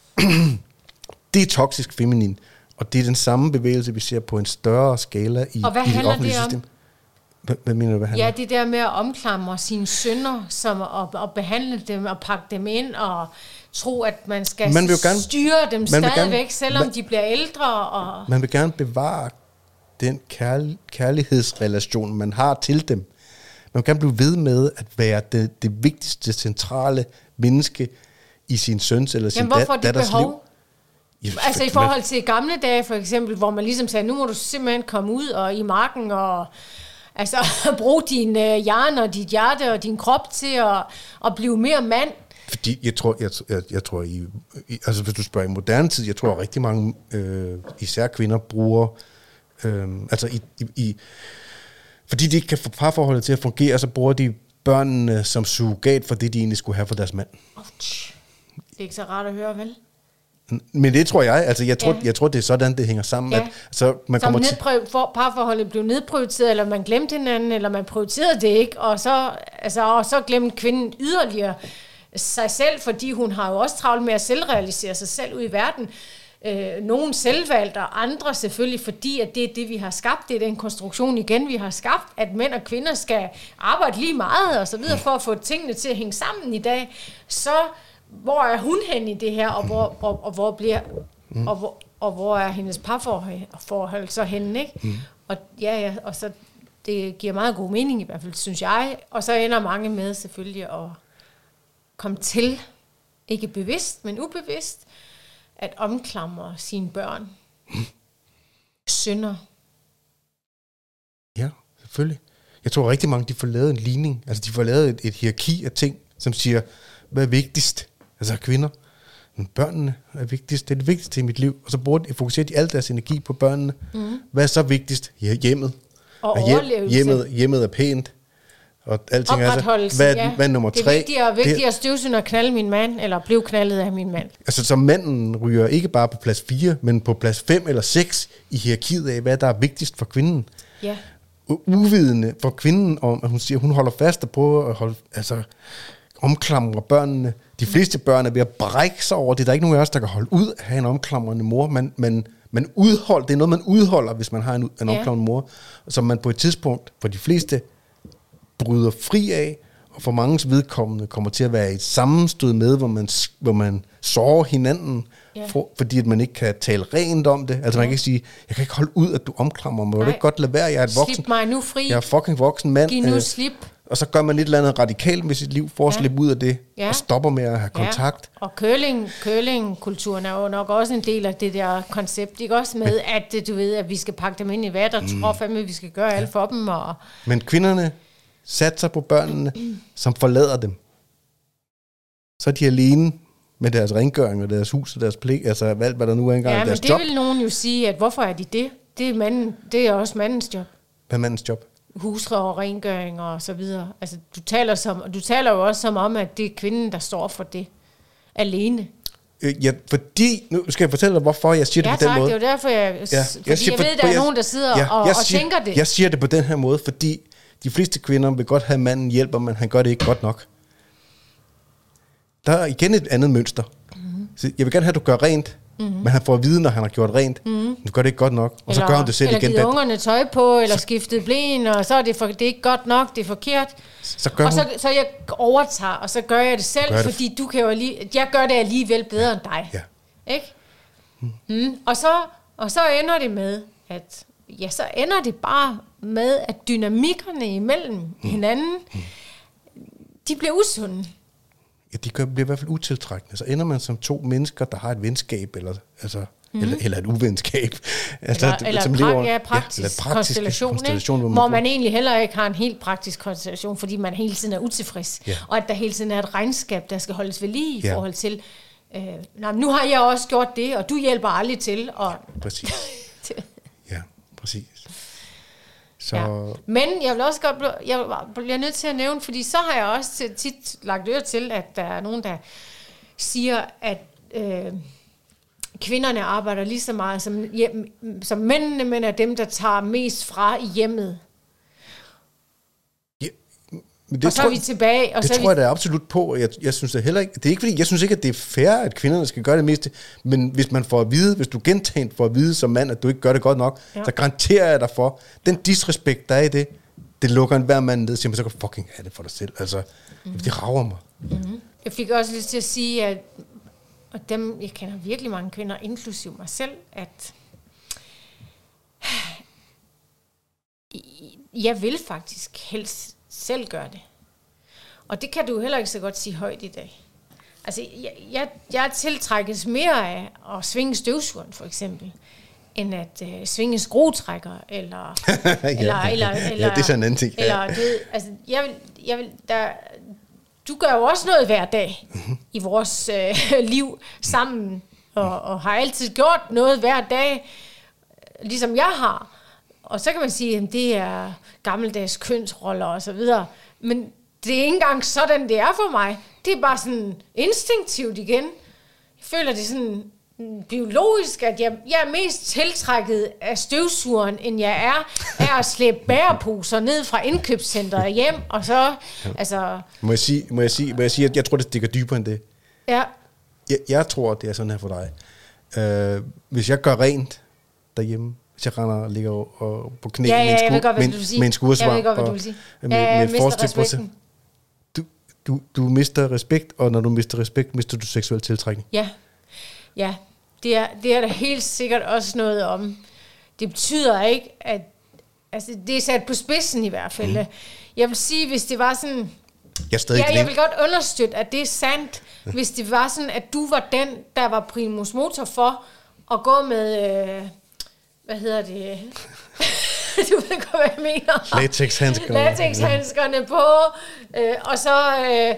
Det er toksisk feminin, og det er den samme bevægelse, vi ser på en større skala i, og hvad i det offentlige det system. Hvad, hvad mener du, hvad handler? Ja, det der med at omklamre sine sønner, som at, at behandle dem og pakke dem ind og tro, at man skal man gerne, styre dem stadigvæk, gerne, selvom man, de bliver ældre. Og man vil gerne bevare den kærl- kærlighedsrelation, man har til dem. Man vil gerne blive ved med at være det, det vigtigste, centrale menneske i sin søns eller sin dat- datters behov? Liv. Ja, altså i forhold til gamle dage for eksempel, hvor man ligesom sagde, nu må du simpelthen komme ud og i marken og altså bruge din øh, hjerne og dit hjerte og din krop til at, at blive mere mand. Fordi jeg tror, jeg, jeg, jeg tror i, i, altså hvis du spørger i moderne tid, jeg tror rigtig mange, øh, især kvinder, bruger, øh, altså i, i, i, fordi de ikke kan få parforholdet til at fungere, så bruger de børnene som surrogat for det, de egentlig skulle have for deres mand. Ouch. Det er ikke så rart at høre, vel? Men det tror jeg, altså jeg tror, ja. jeg tror det er sådan, det hænger sammen. Ja. At, så man Som kommer nedprøv- for, parforholdet blev nedprioriteret, eller man glemte hinanden, eller man prioriterede det ikke, og så, altså, og så glemte kvinden yderligere sig selv, fordi hun har jo også travlt med at selvrealisere sig selv ud i verden. Øh, nogen selvvalgt, og andre selvfølgelig, fordi at det er det, vi har skabt. Det er den konstruktion igen, vi har skabt, at mænd og kvinder skal arbejde lige meget, og så videre, for at få tingene til at hænge sammen i dag. Så hvor er hun hen i det her, og hvor, og, og hvor bliver mm. og, hvor, og hvor er hendes parforhold så henne, ikke? Mm. Og ja, ja, og så det giver meget god mening i hvert fald, synes jeg. Og så ender mange med selvfølgelig at komme til, ikke bevidst, men ubevidst, at omklamre sine børn. Mm. Sønner. Ja, selvfølgelig. Jeg tror rigtig mange, de får lavet en ligning, altså de får lavet et, et hierarki af ting, som siger, hvad er vigtigst? Altså kvinder. Men børnene er vigtigst. Det er det vigtigste i mit liv. Og så bruger de, fokuserer de al deres energi på børnene. Mm. Hvad er så vigtigst? Ja, hjemmet. Og overlevelse. Hjemmet, hjemmet er pænt. Og alting er så. Hvad, ja. hvad er nummer tre? Det er vigtigere, vigtigere at støvsuge og knalde min mand, eller blive knaldet af min mand. Altså så manden ryger ikke bare på plads fire, men på plads fem eller seks i hierarkiet af, hvad der er vigtigst for kvinden. Ja. Uvidende for kvinden om, at hun siger, hun holder fast og prøver at holde, altså omklamre børnene. De fleste børn er ved at brække sig over det. Der er ikke nogen af os, der kan holde ud at have en omklamrende mor. Man, man, man udhold, det er noget, man udholder, hvis man har en, en omklamrende mor, som man på et tidspunkt, for de fleste, bryder fri af, og for manges vedkommende kommer til at være et sammenstød med, hvor man, hvor man sårer hinanden, ja. for, fordi at man ikke kan tale rent om det. Altså ja. Man kan ikke sige, jeg kan ikke holde ud, at du omklamrer mig. Vil du ikke godt lade være? Jeg er et voksen. Slip mig nu fri. Jeg er fucking voksen mand. Giv nu øh, slip. Og så gør man et eller andet radikalt med sit liv, for at ja. slippe ud af det, ja. og stopper med at have kontakt. Ja. Og curling, curling-kulturen er jo nok også en del af det der koncept, ikke også med, at du ved, at vi skal pakke dem ind i vand, og mm. tror fandme, at vi skal gøre ja. alt for dem. Og men kvinderne satser på børnene, som forlader dem. Så er de alene med deres rengøring og deres hus og deres pligt, altså alt, hvad der nu er engang ja, deres job. job. Ja, men det vil nogen jo sige, at hvorfor er de det? Det er, manden, det er også mandens job. Hvad er mandens job? Husre og rengøring og så videre. Altså, du taler, som, du taler jo også som om, at det er kvinden, der står for det alene. Øh, ja, fordi, nu skal jeg fortælle dig, hvorfor jeg siger ja, det på tak, den måde. Ja tak, det er jo derfor, jeg, ja, fordi jeg, siger, jeg ved, der er jeg, nogen, der sidder ja, og, siger, og tænker det. Jeg siger det på den her måde, fordi de fleste kvinder vil godt have, at manden hjælper, men han gør det ikke godt nok. Der er igen et andet mønster. Mm-hmm. Så jeg vil gerne have, at du gør rent, mm-hmm. men han får at vide, når han har gjort rent. Mm-hmm. Du gør det ikke godt nok, og eller, så gør han det selv eller igen. Eller givet ungerne tøj på, eller skiftet blæen, og så er det, for, det er ikke godt nok, det er forkert. Så gør og så, så jeg overtager, og så gør jeg det selv, det. fordi du kan jo lige, jeg gør det alligevel bedre ja. end dig. Ja. Ikke? Mm. Mm. Og, så, og så ender det med, at ja, så ender det bare med, at dynamikkerne imellem mm. hinanden, mm. de bliver usunde. Ja, de bliver i hvert fald utiltrækkende. Så ender man som to mennesker, der har et venskab, eller, altså, mm. eller, eller et uvenskab. Altså, eller eller som pra- lever, ja, praktisk, ja, eller praktisk konstellation, konstellation hvor, man hvor man egentlig heller ikke har en helt praktisk konstellation, fordi man hele tiden er utilfreds. Ja. Og at der hele tiden er et regnskab, der skal holdes ved lige i ja. forhold til, øh, nej, nu har jeg også gjort det, og du hjælper aldrig til. Og præcis. Ja, præcis. Så. Ja. Men jeg vil også godt blive, jeg bliver nødt til at nævne, fordi så har jeg også tit lagt øre til, at der er nogen, der siger, at øh, kvinderne arbejder lige så meget som, hjem, som mændene, men er dem, der tager mest fra i hjemmet. Ja, det og så tror, er vi tilbage. Og det så tror vi, jeg da absolut på. Jeg, jeg synes det heller ikke. Det er ikke fordi, jeg synes ikke, at det er fair, at kvinderne skal gøre det meste. Men hvis man får at vide, hvis du gentaget får at vide som mand, at du ikke gør det godt nok, ja. så garanterer jeg dig for, den disrespekt, der er i det, det lukker en hver mand ned og siger, så kan du fucking have det for dig selv. Altså, mm-hmm. det rager mig. Mm-hmm. Jeg fik også lyst til at sige, at og dem, jeg kender virkelig mange kvinder, inklusive mig selv, at jeg vil faktisk helst selv gøre det. Og det kan du heller ikke så godt sige højt i dag. Altså, jeg, jeg, jeg tiltrækkes mere af at svinge støvsugeren, for eksempel, end at uh, svinge skruetrækker, eller... ja. eller, eller, eller ja, det er sådan en anden ting. Eller, du ved, altså, jeg vil... Jeg vil der, du gør jo også noget hver dag mm-hmm. i vores øh, liv sammen, og, og har altid gjort noget hver dag, ligesom jeg har. Og så kan man sige, at det er gammeldags kønsroller og så videre. Men det er ikke engang sådan, det er for mig. Det er bare sådan instinktivt igen. Jeg føler, det er sådan biologisk, at jeg, jeg er mest tiltrækket af støvsugeren, end jeg er af at slæbe bæreposer ned fra indkøbscenteret hjem, og så, ja. altså... Må jeg sige, må jeg sige, må jeg sige, at jeg tror, det stikker dybere end det. Ja. Jeg, jeg tror, det er sådan her for dig. Uh, hvis jeg gør rent derhjemme, hvis jeg render og ligger og, og på knæ ja, ja, med en, skur, godt, med, med en skursvamp, jeg ved godt, hvad du vil sige. Med, ja, med mister respekten. Du, du, du mister respekt, og når du mister respekt, mister du seksuel tiltrækning. Ja, ja. Det er, det er der helt sikkert også noget om. Det betyder ikke, at... Altså, det er sat på spidsen i hvert fald. Mm. Jeg vil sige, hvis det var sådan... Jeg, ja, jeg vil godt understøtte, at det er sandt, hvis det var sådan, at du var den, der var primus motor for at gå med... Øh, hvad hedder det? Du ved godt, hvad jeg mener. Latexhandskerne. Latexhandskerne på, øh, og så... Øh,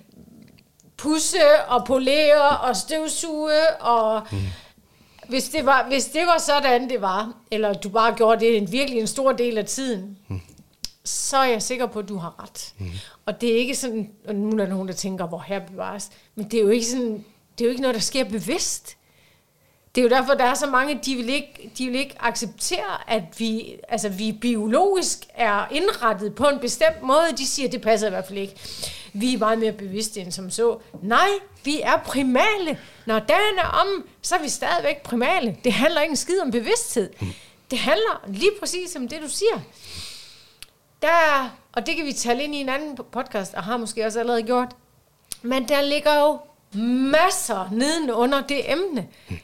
pusse og polere og støvsuge, og mm. hvis, det var, hvis det var sådan, det var, eller du bare gjorde det en virkelig en stor del af tiden, mm. så er jeg sikker på, at du har ret. Mm. Og det er ikke sådan, og nu er der nogen, der tænker, hvor her bevares, men det er jo ikke sådan, det er jo ikke noget, der sker bevidst. Det er jo derfor, der er så mange, de vil ikke, de vil ikke acceptere, at vi, altså, vi biologisk er indrettet på en bestemt måde. De siger, at det passer i hvert fald ikke. Vi er meget mere bevidste end som så. Nej, vi er primale. Når dagen er om, så er vi stadigvæk primale. Det handler ikke en skid om bevidsthed. Det handler lige præcis om det, du siger. der, og det kan vi tale ind i en anden podcast, og har måske også allerede gjort, men der ligger jo masser nedenunder det emne, mm.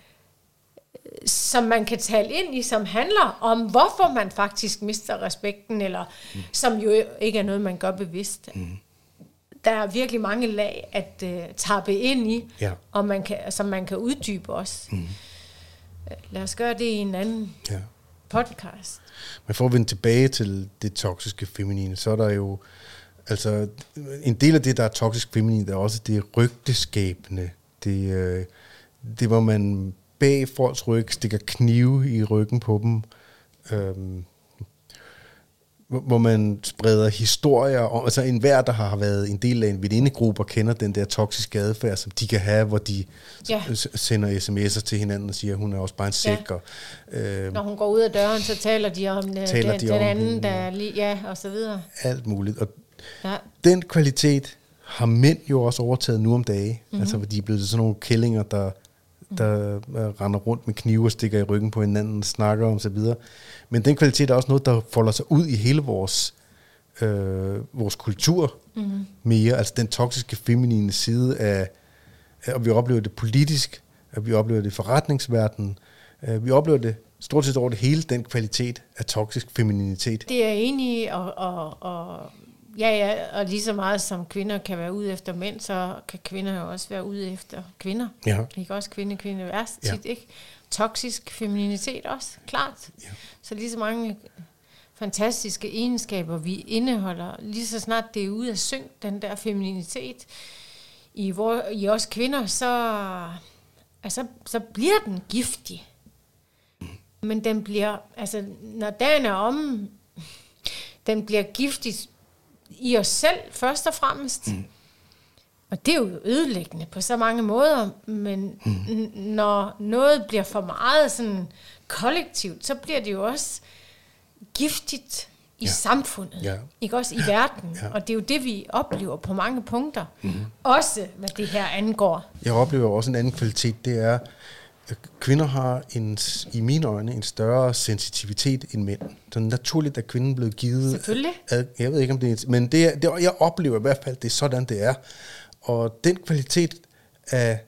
som man kan tale ind i, som handler om, hvorfor man faktisk mister respekten, eller mm. som jo ikke er noget, man gør bevidst. Mm. Der er virkelig mange lag at uh, tappe ind i, ja. og man kan, som man kan uddybe også. Mm. Lad os gøre det i en anden ja. podcast. Men for at vende tilbage til det toksiske feminine, så er der jo, altså en del af det, der er toksisk feminine, der er også det rygteskabende. Det, øh, det hvor man bag folks ryg stikker knive i ryggen på dem, øhm, hvor man spreder historier om, altså enhver, der har været en del af en venindegruppe og kender den der toksiske adfærd, som de kan have, hvor de ja. sender sms'er til hinanden og siger, at hun er også bare en sæk. Ja. Og, øh, når hun går ud af døren, så taler de om taler den, de den om anden, hende, der er lige, ja, og så videre. Alt muligt. Og ja. den kvalitet har mænd jo også overtaget nu om dage, mm-hmm. altså hvor de er blevet sådan nogle kællinger, der der render rundt med knive og stikker i ryggen på hinanden, snakker om så videre. Men den kvalitet er også noget, der folder sig ud i hele vores, øh, vores kultur mm-hmm. mere. Altså den toksiske feminine side af, og vi oplever det politisk, at vi oplever det i forretningsverdenen, øh, vi oplever det stort set over det hele, den kvalitet af toksisk femininitet. Det er jeg enig i, og, og, og ja, ja, og lige så meget som kvinder kan være ude efter mænd, så kan kvinder jo også være ude efter kvinder. Ja. Ikke også kvinde, kvinde værst tit, ja. ikke? Toksisk femininitet også, klart. Ja. Så lige så mange fantastiske egenskaber, vi indeholder, lige så snart det er ude af synk, den der femininitet, i, hvor, i os kvinder, så, altså, så bliver den giftig. Men den bliver, altså, når dagen er omme, den bliver giftig i os selv, først og fremmest. Mm. Og det er jo ødelæggende på så mange måder, men mm. n- når noget bliver for meget sådan kollektivt, så bliver det jo også giftigt i ja. samfundet, ja. ikke også i verden. Ja. Og det er jo det, vi oplever på mange punkter. Mm. Også hvad det her angår. Jeg oplever også en anden kvalitet, det er, kvinder har en, i mine øjne en større sensitivitet end mænd. Så naturligt er kvinden blevet givet... Selvfølgelig. Ad, jeg ved ikke, om det er... Men det er, det, jeg oplever i hvert fald, det er sådan, det er. Og den kvalitet af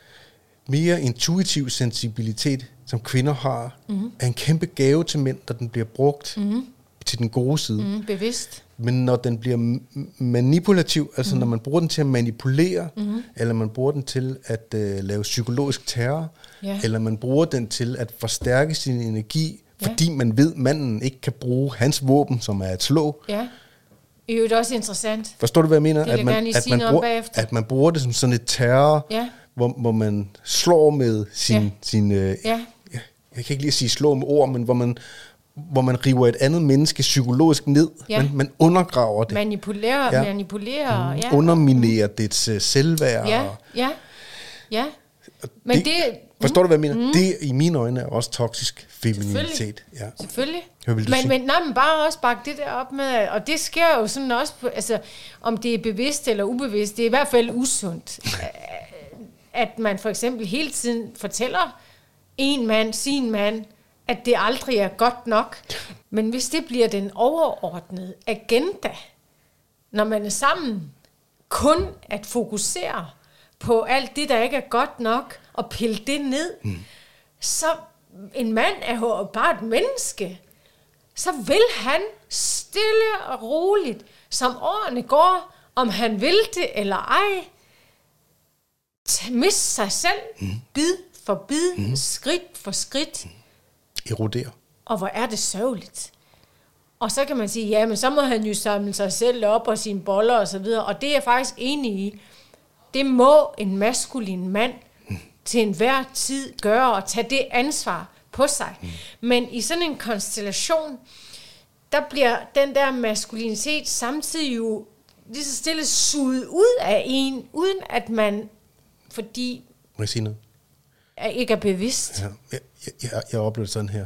mere intuitiv sensibilitet, som kvinder har, mm-hmm. er en kæmpe gave til mænd, når den bliver brugt mm-hmm. til den gode side. Mm, bevidst. Men når den bliver manipulativ, altså mm. når man bruger den til at manipulere, mm. eller man bruger den til at uh, lave psykologisk terror, yeah. eller man bruger den til at forstærke sin energi, yeah. fordi man ved, at manden ikke kan bruge hans våben, som er at slå. Ja, det er jo også interessant. Forstår du, hvad jeg mener? Det at, man, at, man bruger, at man bruger det som sådan et terror, yeah. hvor, hvor man slår med sin... Yeah. sin uh, yeah. jeg, jeg kan ikke lige sige slå med ord, men hvor man... hvor man river et andet menneske psykologisk ned, ja. man, man undergraver det. Manipulerer, ja. manipulerer, mm. ja. Underminerer dets uh, selvværd. Ja, ja, ja. Men det, det, forstår du, hvad jeg mener? Mm. Det i mine øjne er også toksisk femininitet. Selvfølgelig. Ja. Selvfølgelig. Men, men, nej, men bare også bakke det der op med, og det sker jo sådan også, på, altså om det er bevidst eller ubevidst, det er i hvert fald usundt, at man for eksempel hele tiden fortæller en mand, sin mand, at det aldrig er godt nok. Men hvis det bliver den overordnede agenda, når man er sammen, kun at fokusere på alt det, der ikke er godt nok, og pille det ned, mm. så en mand er jo bare et menneske. Så vil han stille og roligt, som årene går, om han vil det eller ej, miste sig selv, mm. bid for bid, mm. skridt for skridt, mm. erodere. Og hvor er det sørgeligt. Og så kan man sige, ja, men så må han jo samle sig selv op og sine boller og så videre. Og det er jeg faktisk enig i. Det må en maskulin mand mm. til enhver tid gøre og tage det ansvar på sig. Mm. Men i sådan en konstellation, der bliver den der maskulinitet samtidig jo lige så stille suget ud af en, uden at man, fordi... Må jeg sige noget? Ikke er bevidst. Ja, jeg, jeg, jeg oplever det sådan her.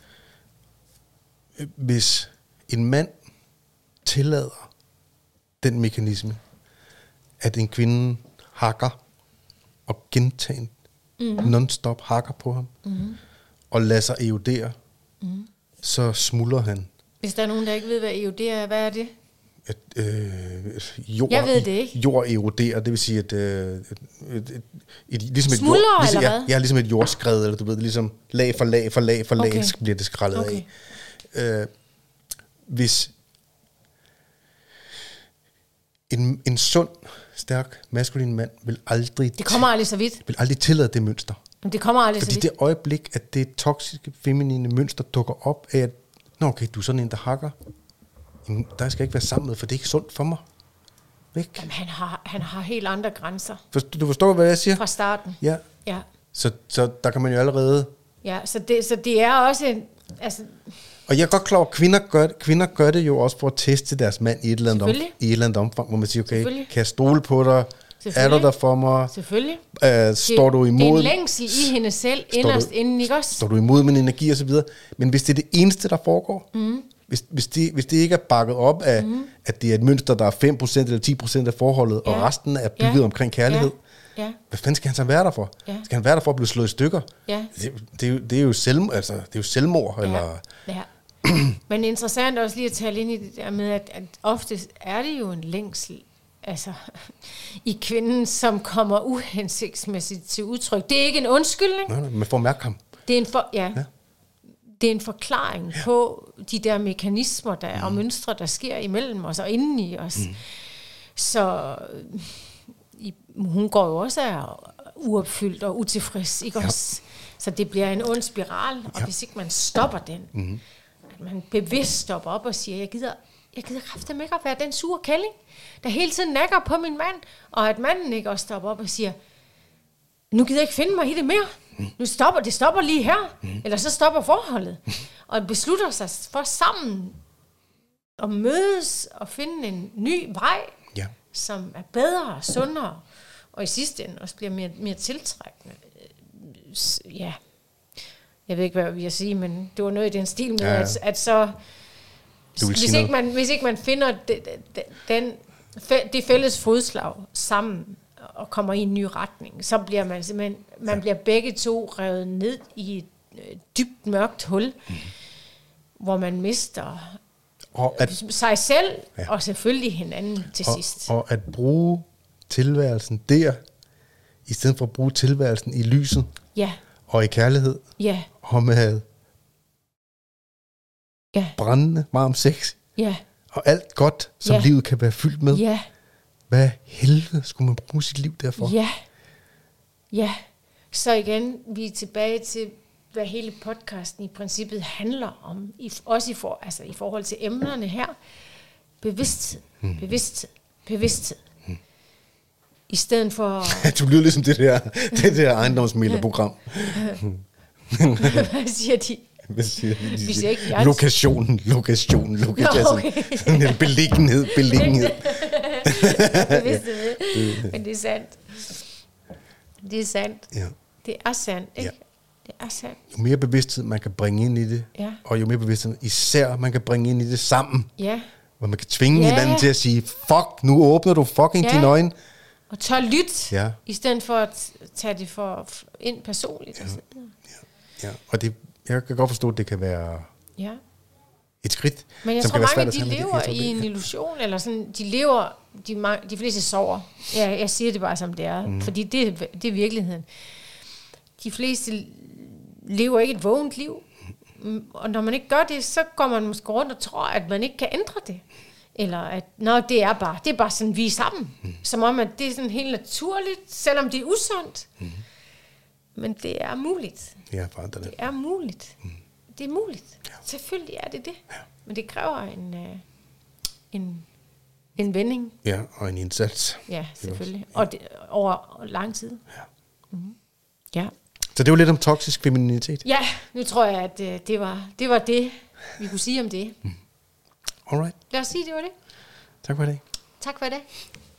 Hvis en mand tillader den mekanisme, at en kvinde hakker og gentagen mm-hmm. non-stop hakker på ham, mm-hmm. og lader sig erodere, mm-hmm. så smuldrer han Hvis der er nogen, der ikke ved, hvad E O D er, hvad er det? At, øh, jord, Jeg ved det ikke. Jord eroderer, det vil sige, at øh, et, et, et, ligesom et Smuldrer, jord, ligesom, eller ja, hvad? ja, ligesom et jordskred, eller du ved, ligesom lag for lag for lag for lag, Okay. bliver det skrællet Okay. af. Øh, hvis en, en sund, stærk, maskulin mand vil aldrig, Det kommer aldrig så vidt. vil aldrig tillade det mønster. Men det kommer aldrig Fordi så vidt. det øjeblik, at det toksiske, feminine mønster dukker op af, at nå okay, du er sådan en, der hakker, jamen, der skal jeg ikke være sammen med, for det er ikke sundt for mig. Væk. Jamen, han har, han har helt andre grænser Forst- Du forstår, hvad jeg siger? fra starten. Ja. Ja, Så, så der kan man jo allerede... ja så, det, så det er også en... Altså, Og jeg er godt klar over, at kvinder gør, kvinder gør det jo også for at teste deres mand i et eller andet, om, Selvfølgelig. i et eller andet omfang, hvor man siger, okay, Selvfølgelig. kan jeg stole på dig? Er Selvfølgelig. du der for mig? selvfølgelig. Uh, står du Det er imod? en længsel i hende selv, Står inderst du- inden, ikke også? Står du imod min energi og så videre? Men hvis det er det eneste, der foregår, mm. hvis, hvis, det, hvis det ikke er bakket op af, mm. at det er et mønster, der er fem procent eller ti procent af forholdet, ja. og resten er bygget Ja. omkring kærlighed, Ja. Ja. hvad fanden skal han så være der for? Ja. Skal han være der for at blive slået i stykker? Ja. Det, det, er, jo, det, er, jo selv, altså, det er jo selvmord, ja. eller... Ja. Men interessant også lige at tale ind i det der med, at, at ofte er det jo en længsel altså, i kvinden, som kommer uhensigtsmæssigt til udtryk. Det er ikke en undskyldning. Nej, nej, man får mærke ham. Det er en, for, ja. Ja. Det er en forklaring ja. på de der mekanismer der, mm. og mønstre, der sker imellem os og inden i os. Mm. Så i, hun går jo også af uopfyldt og utilfreds, ikke ja. også? Så det bliver en ond spiral, og ja. hvis ikke man stopper den, mm. at man bevidst stopper op og siger, jeg gider, jeg gider kraftedeme ikke at være den sure kælling, der hele tiden nakker på min mand, og at manden ikke også stopper op og siger, nu gider jeg ikke finde mig i det mere. Mm. Nu stopper det stopper lige her, mm. eller så stopper forholdet. Mm. Og beslutter sig for sammen at mødes og finde en ny vej, Ja. som er bedre og sundere, og i sidste ende også bliver mere, mere tiltrækkende. Ja, jeg ved ikke, hvad jeg vil sige, men det var noget i den stil med, ja, ja. At, at så, hvis ikke, man, hvis ikke man finder det, det, den, det fælles fodslag sammen, og kommer i en ny retning, så bliver man simpelthen, man bliver begge to revet ned i et øh, dybt mørkt hul, mm. hvor man mister Og at, sig selv, ja. og selvfølgelig hinanden til og, sidst. og at bruge tilværelsen der, i stedet for at bruge tilværelsen i lyset, Ja, og i kærlighed, ja, og med ja, brændende varm sex, ja, og alt godt, som Ja. livet kan være fyldt med. ja, Hvad helvede skulle man bruge sit liv derfor? ja, ja. Så igen, vi er tilbage til, hvad hele podcasten i princippet handler om, i, også i, for, altså i forhold til emnerne her. Bevidsthed, hmm. bevidsthed, bevidsthed. Hmm. I stedet for... Du lyder ligesom det der, det der ejendomsmæglerprogram. Hvad siger de? Hvad siger de? Vi siger ikke Jens. Lokationen, lokationen, lokationen. Nå, okay. Sådan en beliggenhed, beliggenhed. Bevidsthed, men det er sandt. Det er sandt. Ja. Det er sandt, ikke? Ja. Det er sandt. Jo mere bevidsthed man kan bringe ind i det, Ja. og jo mere bevidsthed især man kan bringe ind i det sammen, Ja. hvor man kan tvinge Ja. hinanden til at sige, fuck, nu åbner du fucking Ja. dine øjne. Og tør lytte, Ja. i stedet for at tage det for ind personligt. Ja. Ja. Og det, jeg kan godt forstå, at det kan være Ja. et skridt, Men jeg som tror, kan være mange svært at de tage med. lever Jeg tror, i det- en illusion, eller sådan, de lever, de, ma- de fleste sover. Ja, jeg siger det bare, som det er, mm. fordi det, det er virkeligheden. De fleste lever ikke et vågent liv, Mm, og når man ikke gør det, så går man måske rundt og tror, at man ikke kan ændre det. Eller at, nå, det er bare, det er bare sådan, vi er sammen. Mm. Som om, at det er sådan helt naturligt, selvom det er usundt. Mm. Men det er muligt. Ja, forandre det. Det er muligt. Mm. Det er muligt. Ja. Selvfølgelig er det det. Ja. Men det kræver en, øh, en, en vending. Ja, og en indsats. Ja, selvfølgelig. Og det, over lang tid. Ja. Mm-hmm. Ja. Så det var lidt om toksisk femininitet. Ja, nu tror jeg, at øh, det, var, det var det, vi kunne sige om det. Mm. Alright. Lad os sige, det var det. Tak for i dag. Tak for i dag.